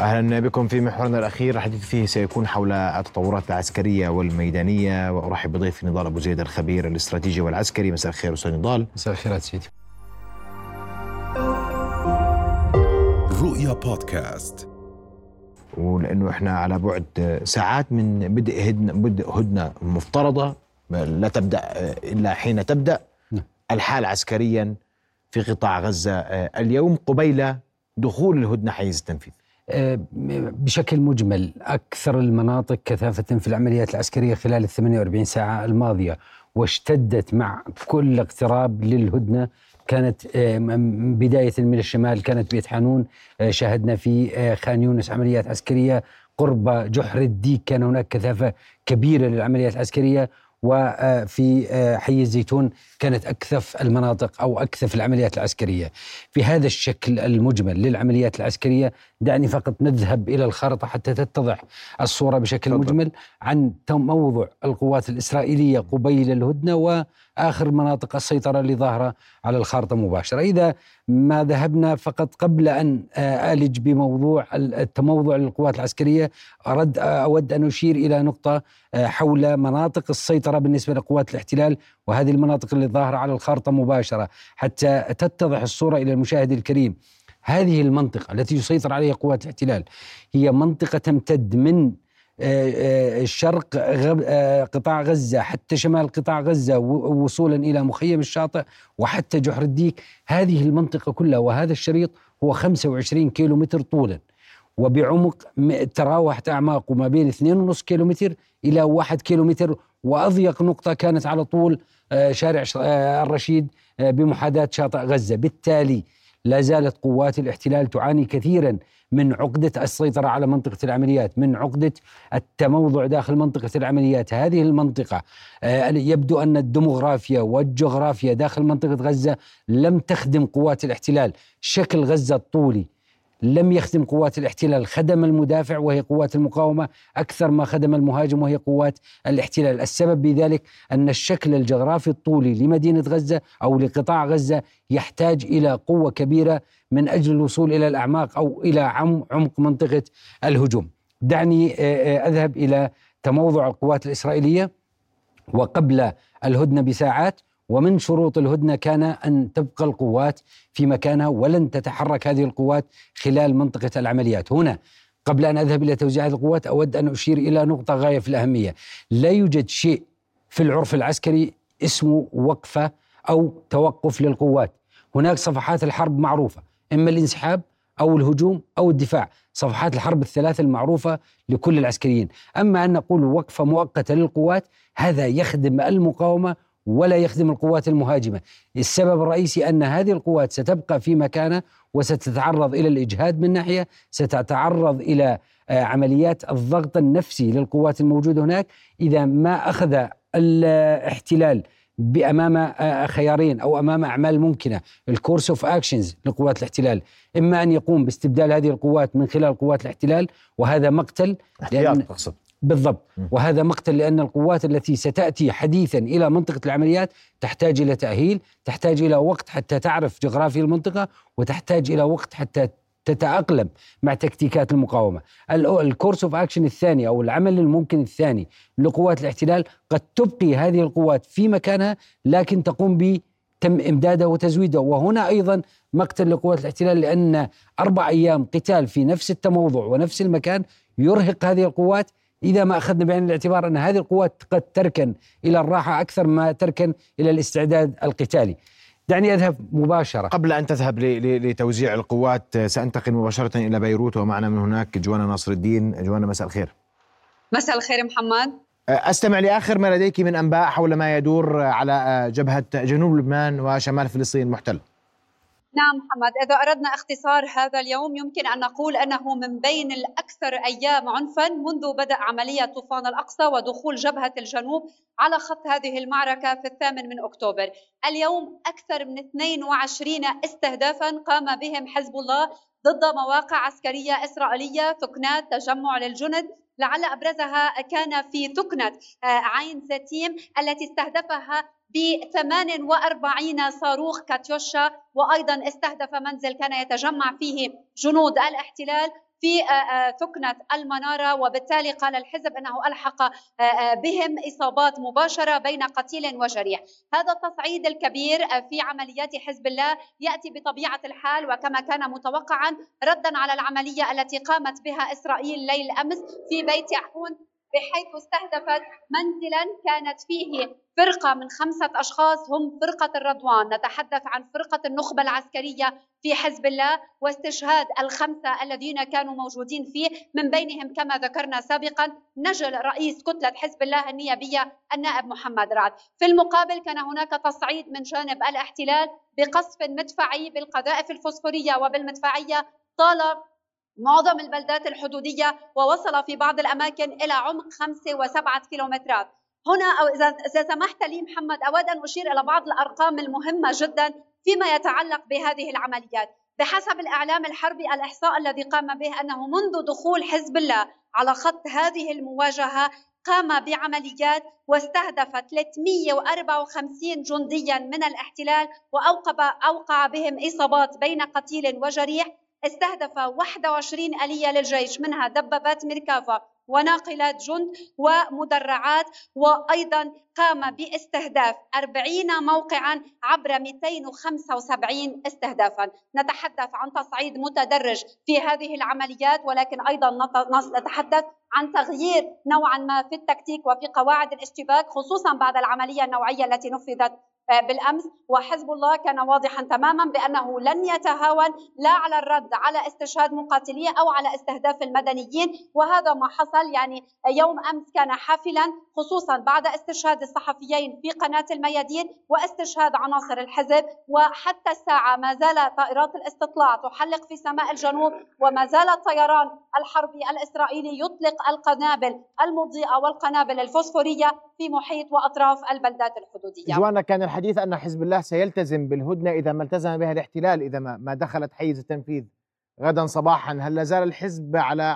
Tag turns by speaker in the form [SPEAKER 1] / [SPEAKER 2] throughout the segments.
[SPEAKER 1] أهلا بكم في محورنا الأخير. الحديث فيه سيكون حول التطورات العسكرية والميدانية، وأرحب بضيفي نضال أبو زيد الخبير الاستراتيجي والعسكري. مساء الخير أستاذ نضال.
[SPEAKER 2] مساء الخير سيدي.
[SPEAKER 3] رؤيا بودكاست.
[SPEAKER 1] ولأنه إحنا على بعد ساعات من بدء هدنة مفترضة لا تبدأ إلا حين تبدأ الحال عسكريا في قطاع غزة اليوم قبيل دخول الهدنة حيز التنفيذ.
[SPEAKER 2] بشكل مجمل أكثر المناطق كثافة في العمليات العسكرية خلال 48 ساعة الماضية، واشتدت مع كل اقتراب للهدنة. كانت بداية من الشمال كانت بيت حانون، شاهدنا في خان يونس عمليات عسكرية، قرب جحر الديك كان هناك كثافة كبيرة للعمليات العسكرية، وفي حي الزيتون كانت أكثف المناطق أو أكثف العمليات العسكرية. في هذا الشكل المجمل للعمليات العسكرية دعني فقط نذهب إلى الخارطة حتى تتضح الصورة بشكل مجمل عن موضع القوات الإسرائيلية قبيل الهدنة وآخر مناطق السيطرة اللي ظاهرة على الخارطة مباشرة. إذا ما ذهبنا فقط قبل أن ألج بموضوع التموضع للقوات العسكرية، أود أن أشير إلى نقطة حول مناطق السيطرة بالنسبة لقوات الاحتلال، وهذه المناطق اللي ظاهرة على الخارطة مباشرة حتى تتضح الصورة إلى المشاهد الكريم. هذه المنطقة التي يسيطر عليها قوات الاحتلال هي منطقة تمتد من شرق قطاع غزة حتى شمال قطاع غزة وصولا إلى مخيم الشاطئ وحتى جحر الديك. هذه المنطقة كلها وهذا الشريط هو 25 كيلومتر طولا، وبعمق تراوحت أعماقه ما بين 2.5 كيلومتر إلى 1 كيلومتر، وأضيق نقطة كانت على طول شارع الرشيد بمحاذاة شاطئ غزة. بالتالي لا زالت قوات الاحتلال تعاني كثيرا من عقدة السيطرة على منطقة العمليات، من عقدة التموضع داخل منطقة العمليات. هذه المنطقة يبدو أن الديموغرافيا والجغرافيا داخل منطقة غزة لم تخدم قوات الاحتلال. شكل غزة الطولي لم يخدم قوات الاحتلال، خدم المدافع وهي قوات المقاومة أكثر ما خدم المهاجم وهي قوات الاحتلال. السبب بذلك أن الشكل الجغرافي الطولي لمدينة غزة أو لقطاع غزة يحتاج إلى قوة كبيرة من أجل الوصول إلى الأعماق أو إلى عمق منطقة الهجوم. دعني أذهب إلى تموضع القوات الإسرائيلية وقبل الهدنة بساعات. ومن شروط الهدنة كان أن تبقى القوات في مكانها ولن تتحرك هذه القوات خلال منطقة العمليات. هنا قبل أن أذهب إلى توزيع هذه القوات أود أن أشير إلى نقطة غاية في الأهمية. لا يوجد شيء في العرف العسكري اسمه وقفة أو توقف للقوات. هناك صفحات الحرب معروفة، إما الانسحاب أو الهجوم أو الدفاع، صفحات الحرب الثلاثة المعروفة لكل العسكريين. أما أن نقول وقفة مؤقتة للقوات هذا يخدم المقاومة ولا يخدم القوات المهاجمة. السبب الرئيسي أن هذه القوات ستبقى في مكانها وستتعرض إلى الإجهاد من ناحية، ستتعرض إلى عمليات الضغط النفسي للقوات الموجودة هناك. إذا ما أخذ الاحتلال بأمام خيارين أو أمام أعمال ممكنة، الكورس اوف اكشنز لقوات الاحتلال، إما أن يقوم باستبدال هذه القوات من خلال قوات الاحتلال، وهذا مقتل
[SPEAKER 1] تقصد
[SPEAKER 2] بالضبط، وهذا مقتل لأن القوات التي ستأتي حديثا إلى منطقة العمليات تحتاج إلى تأهيل، تحتاج إلى وقت حتى تعرف جغرافيا المنطقة، وتحتاج إلى وقت حتى تتأقلم مع تكتيكات المقاومة. الكورس اوف اكشن الثاني أو العمل الممكن الثاني لقوات الاحتلال قد تبقي هذه القوات في مكانها لكن تقوم بتم إمدادها وتزويدها. وهنا أيضا مقتل لقوات الاحتلال، لأن 4 أيام قتال في نفس التموضع ونفس المكان يرهق هذه القوات، إذا ما أخذنا بعين الاعتبار أن هذه القوات قد تركن إلى الراحة أكثر ما تركن إلى الاستعداد القتالي. دعني أذهب مباشرة.
[SPEAKER 1] قبل أن تذهب لتوزيع القوات سأنتقل مباشرة إلى بيروت، ومعنا من هناك جوانا ناصر الدين. جوانا مساء الخير.
[SPEAKER 4] مساء الخير محمد.
[SPEAKER 1] أستمع لآخر ما لديك من أنباء حول ما يدور على جبهة جنوب لبنان وشمال فلسطين المحتل.
[SPEAKER 4] نعم محمد، إذا أردنا اختصار هذا اليوم يمكن أن نقول أنه من بين الأكثر أيام عنفا منذ بدء عملية طوفان الأقصى ودخول جبهة الجنوب على خط هذه المعركة في 8 من أكتوبر. اليوم أكثر من 22 استهدافا قام بهم حزب الله ضد مواقع عسكرية إسرائيلية، ثكنات تجمع للجند، لعل أبرزها كان في ثكنة عين زتيم التي استهدفها ب 48 صاروخ كاتيوشا، وأيضا استهدف منزل كان يتجمع فيه جنود الاحتلال في ثكنة المنارة، وبالتالي قال الحزب أنه ألحق بهم إصابات مباشرة بين قتيل وجريح. هذا التصعيد الكبير في عمليات حزب الله يأتي بطبيعة الحال وكما كان متوقعا ردا على العملية التي قامت بها إسرائيل ليل أمس في بيت يحون، بحيث استهدفت منزلا كانت فيه فرقة من 5 أشخاص هم فرقة الرضوان. نتحدث عن فرقة النخبة العسكرية في حزب الله، واستشهاد ال5 الذين كانوا موجودين فيه، من بينهم كما ذكرنا سابقا نجل رئيس كتلة حزب الله النيابية النائب محمد رعد. في المقابل كان هناك تصعيد من جانب الاحتلال بقصف مدفعي بالقذائف الفوسفورية وبالمدفعية طال معظم البلدات الحدودية، ووصل في بعض الأماكن إلى عمق 5 و7 كيلومترات. هنا أو إذا سمحت لي محمد أود أن أشير إلى بعض الأرقام المهمة جدا فيما يتعلق بهذه العمليات. بحسب الإعلام الحربي الإحصاء الذي قام به أنه منذ دخول حزب الله على خط هذه المواجهة قام بعمليات واستهدف 354 جنديا من الاحتلال وأوقع بهم إصابات بين قتيل وجريح. استهدف 21 آلية للجيش، منها دبابات ميركافا وناقلات جند ومدرعات، وأيضا قام باستهداف 40 موقعا عبر 275 استهدافا. نتحدث عن تصعيد متدرج في هذه العمليات، ولكن أيضا نتحدث عن تغيير نوعا ما في التكتيك وفي قواعد الاشتباك، خصوصا بعد العملية النوعية التي نفذت بالأمس. وحزب الله كان واضحا تماما بأنه لن يتهاون لا على الرد على استشهاد مقاتليه أو على استهداف المدنيين، وهذا ما حصل. يعني يوم أمس كان حافلا، خصوصا بعد استشهاد الصحفيين في قناة الميادين واستشهاد عناصر الحزب، وحتى الساعة ما زال طائرات الاستطلاع تحلق في سماء الجنوب، وما زال الطيران الحربي الإسرائيلي يطلق القنابل المضيئة والقنابل الفوسفورية في محيط وأطراف البلدات الحدودية.
[SPEAKER 1] جوانا، كان الحديث أن حزب الله سيلتزم بالهدنة إذا ما التزم بها الاحتلال، إذا ما دخلت حيز التنفيذ غدا صباحا. هل لا زال الحزب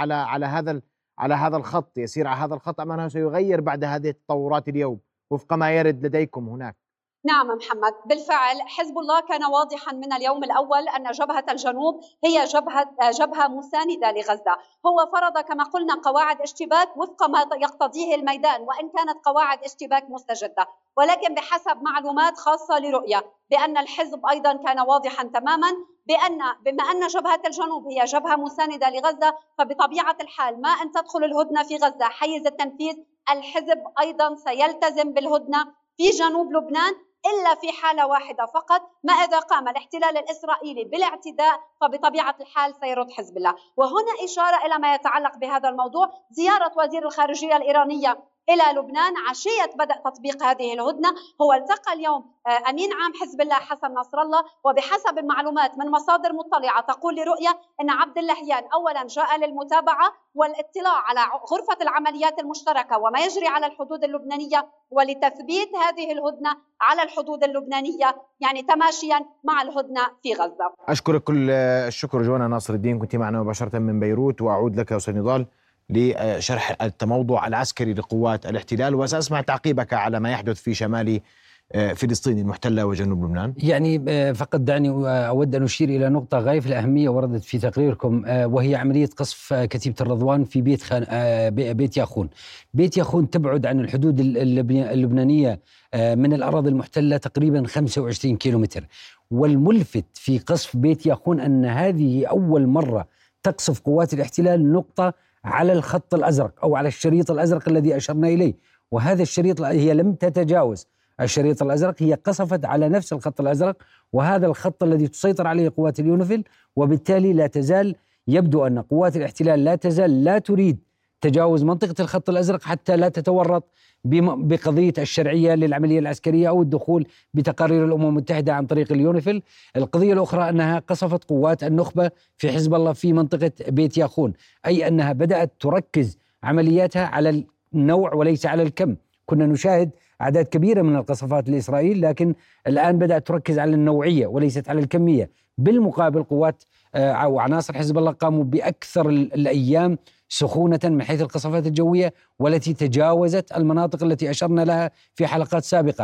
[SPEAKER 1] على هذا الخط، يسير على هذا الخط، أم أنه سيغير بعد هذه التطورات اليوم وفق ما يرد لديكم هناك؟
[SPEAKER 4] نعم محمد، بالفعل حزب الله كان واضحا من اليوم الأول أن جبهة الجنوب هي جبهة مساندة لغزة. هو فرض كما قلنا قواعد اشتباك وفق ما يقتضيه الميدان، وإن كانت قواعد اشتباك مستجدة، ولكن بحسب معلومات خاصة لرؤية بأن الحزب أيضا كان واضحا تماما بما أن جبهة الجنوب هي جبهة مساندة لغزة، فبطبيعة الحال ما أن تدخل الهدنة في غزة حيز التنفيذ، الحزب أيضا سيلتزم بالهدنة في جنوب لبنان، إلا في حالة واحدة فقط، ما إذا قام الاحتلال الإسرائيلي بالاعتداء فبطبيعة الحال سيرد حزب الله. وهنا إشارة إلى ما يتعلق بهذا الموضوع، زيارة وزير الخارجية الإيرانية إلى لبنان عشية بدء تطبيق هذه الهدنة. هو التقى اليوم أمين عام حزب الله حسن نصر الله، وبحسب المعلومات من مصادر مطلعة تقول لرؤية أن عبد اللهيان أولا جاء للمتابعة والاطلاع على غرفة العمليات المشتركة وما يجري على الحدود اللبنانية، ولتثبيت هذه الهدنة على الحدود اللبنانية، يعني تماشيا مع الهدنة في غزة.
[SPEAKER 1] أشكرك كل الشكر جوانا ناصر الدين، كنت معنا مباشرة من بيروت، وأعود لك أستاذ نضال لشرح التموضع العسكري لقوات الاحتلال، وسأسمع تعقيبك على ما يحدث في شمال فلسطين المحتلة وجنوب لبنان.
[SPEAKER 2] يعني فقط دعني أود أن أشير إلى نقطة غاية في الأهمية وردت في تقريركم، وهي عملية قصف كتيبة الرضوان في بيت ياخون. بيت ياخون تبعد عن الحدود اللبنانية من الأراضي المحتلة تقريبا 25 كيلومتر. والملفت في قصف بيت ياخون أن هذه أول مرة تقصف قوات الاحتلال نقطة على الخط الأزرق أو على الشريط الأزرق الذي أشرنا إليه، وهذا الشريط هي لم تتجاوز الشريط الأزرق، هي قصفت على نفس الخط الأزرق، وهذا الخط الذي تسيطر عليه قوات اليونيفيل، وبالتالي لا تزال يبدو أن قوات الاحتلال لا تزال لا تريد تجاوز منطقة الخط الأزرق حتى لا تتورط بقضية الشرعية للعملية العسكرية أو الدخول بتقارير الأمم المتحدة عن طريق اليونيفيل. القضية الأخرى أنها قصفت قوات النخبة في حزب الله في منطقة بيت ياخون، أي أنها بدأت تركز عملياتها على النوع وليس على الكم. كنا نشاهد أعداد كبيرة من القصفات لإسرائيل، لكن الآن بدأت تركز على النوعية وليست على الكمية. بالمقابل قوات أو عناصر حزب الله قاموا بأكثر الأيام سخونة من حيث القصفات الجوية، والتي تجاوزت المناطق التي أشرنا لها في حلقات سابقة.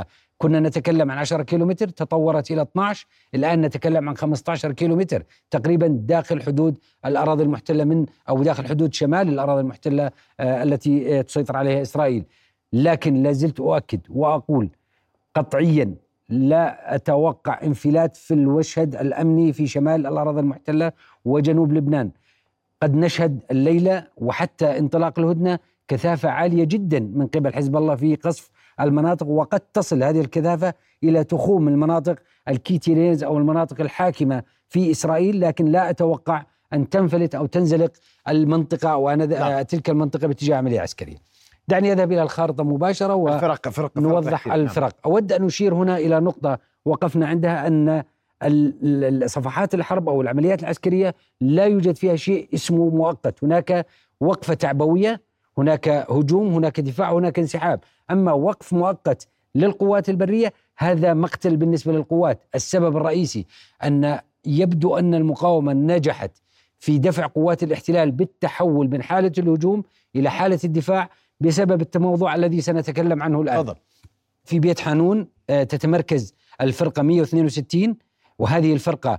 [SPEAKER 2] كنا نتكلم عن 10 كيلومتر، تطورت إلى 12، الآن نتكلم عن 15 كيلومتر تقريبا داخل حدود الأراضي المحتلة أو داخل حدود شمال الأراضي المحتلة التي تسيطر عليها إسرائيل. لكن لازلت أؤكد وأقول قطعيا لا أتوقع انفلات في الوشهد الأمني في شمال الأراضي المحتلة وجنوب لبنان. قد نشهد الليلة وحتى انطلاق الهدنة كثافة عالية جدا من قبل حزب الله في قصف المناطق، وقد تصل هذه الكثافة إلى تخوم المناطق الكيتيلينز أو المناطق الحاكمة في إسرائيل، لكن لا أتوقع أن تنفلت أو تنزلق المنطقة أو تلك المنطقة باتجاه عملية عسكرية. دعني أذهب إلى الخارطة مباشرة ونوضح الفرق. أود أن أشير هنا إلى نقطة وقفنا عندها، أن صفحات الحرب أو العمليات العسكرية لا يوجد فيها شيء اسمه مؤقت. هناك وقفة تعبوية، هناك هجوم، هناك دفاع، هناك انسحاب. أما وقف مؤقت للقوات البرية هذا مقتل بالنسبة للقوات. السبب الرئيسي أن يبدو أن المقاومة نجحت في دفع قوات الاحتلال بالتحول من حالة الهجوم إلى حالة الدفاع بسبب التموضع الذي سنتكلم عنه الآن. فضل. في بيت حانون تتمركز الفرقة 162، وهذه الفرقة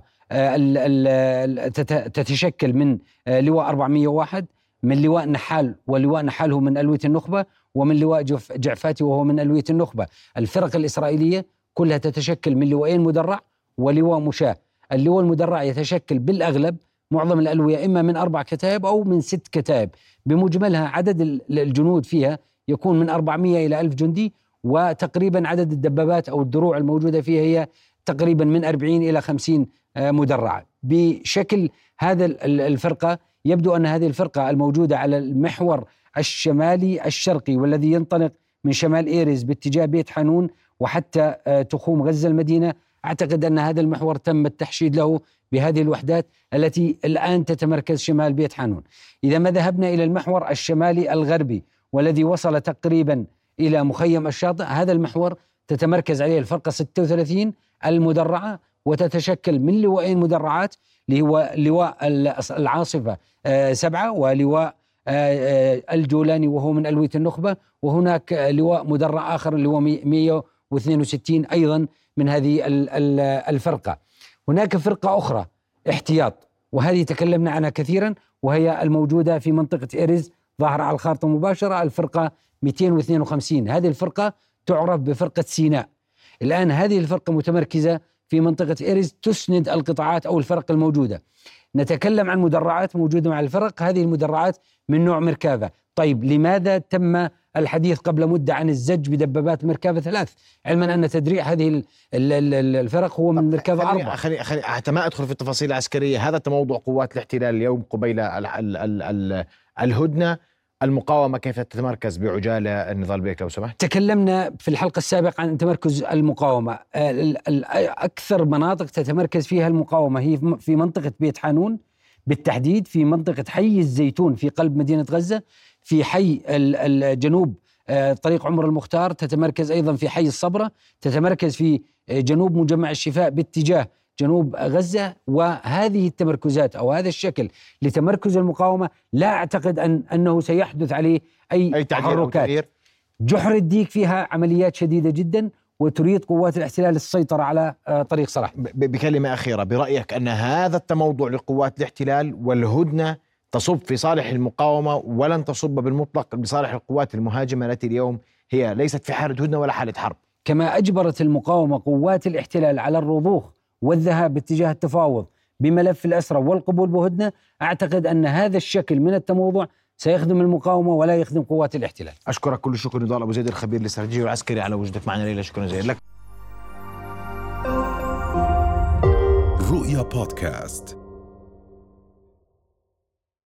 [SPEAKER 2] تتشكل من لواء 401 من لواء نحال، ولواء نحال هو من ألوية النخبة، ومن لواء جعفاتي وهو من ألوية النخبة. الفرق الإسرائيلية كلها تتشكل من لواءين مدرع ولواء مشاة. اللواء المدرع يتشكل بالأغلب معظم الألوية إما من 4 كتائب أو من 6 كتائب. بمجملها عدد الجنود فيها يكون من 400 إلى 1000 جندي، وتقريبا عدد الدبابات أو الدروع الموجودة فيها هي تقريبا من 40 إلى 50 مدرعة. بشكل هذا الفرقة يبدو أن هذه الفرقة الموجودة على المحور الشمالي الشرقي والذي ينطلق من شمال إيرز باتجاه بيت حانون وحتى تخوم غزة المدينة، أعتقد أن هذا المحور تم التحشيد له بهذه الوحدات التي الآن تتمركز شمال بيت حانون. إذا ما ذهبنا إلى المحور الشمالي الغربي والذي وصل تقريبا إلى مخيم الشاطئ، هذا المحور تتمركز عليه الفرقة 36 المدرعة، وتتشكل من لواءين مدرعات اللي هو لواء العاصفة 7 ولواء الجولاني وهو من ألوية النخبة، وهناك لواء مدرع آخر اللي هو 162 أيضا من هذه الفرقة. هناك فرقة أخرى احتياط، وهذه تكلمنا عنها كثيرا، وهي الموجودة في منطقة إيرز ظاهرة على الخارطة مباشرة، الفرقة 252. هذه الفرقة تعرف بفرقة سيناء. الآن هذه الفرقة متمركزة في منطقة إيرز تسند القطاعات أو الفرق الموجودة. نتكلم عن مدرعات موجودة مع الفرق، هذه المدرعات من نوع مركافة. طيب لماذا تم الحديث قبل مدة عن الزج بدبابات مركافة 3 علما أن تدريع هذه الفرق هو من مركافة 4؟
[SPEAKER 1] خلي حتى ما أدخل في التفاصيل العسكرية. هذا تموضع قوات الاحتلال اليوم قبيل الهدنة. المقاومة كيف تتمركز بعجالة النضال بيك لو سمحت؟
[SPEAKER 2] تكلمنا في الحلقة السابقة عن تمركز المقاومة. أكثر مناطق تتمركز فيها المقاومة هي في منطقة بيت حانون بالتحديد، في منطقة حي الزيتون في قلب مدينة غزة، في حي الجنوب طريق عمر المختار، تتمركز أيضا في حي الصبرة، تتمركز في جنوب مجمع الشفاء باتجاه جنوب غزة. وهذه التمركزات أو هذا الشكل لتمركز المقاومة لا أعتقد أنه سيحدث عليه أي تحركات. جحر الديك فيها عمليات شديدة جدا، وتريد قوات الاحتلال السيطرة على طريق صلاح.
[SPEAKER 1] بكلمة أخيرة، برأيك أن هذا التموضع لقوات الاحتلال والهدنة تصب في صالح المقاومة ولن تصب بالمطلق بصالح القوات المهاجمة التي اليوم هي ليست في حالة هدنة ولا حالة حرب؟
[SPEAKER 2] كما أجبرت المقاومة قوات الاحتلال على الرضوخ والذهاب باتجاه التفاوض بملف الأسرى والقبول بهدنة، أعتقد أن هذا الشكل من التموضع سيخدم المقاومة ولا يخدم قوات الاحتلال.
[SPEAKER 1] أشكرك كل الشكر نضال أبو زيد الخبير الاستراتيجي والعسكري على وجودك معنا ليلة. شكرا جزيلا لك.
[SPEAKER 3] رؤيا بودكاست.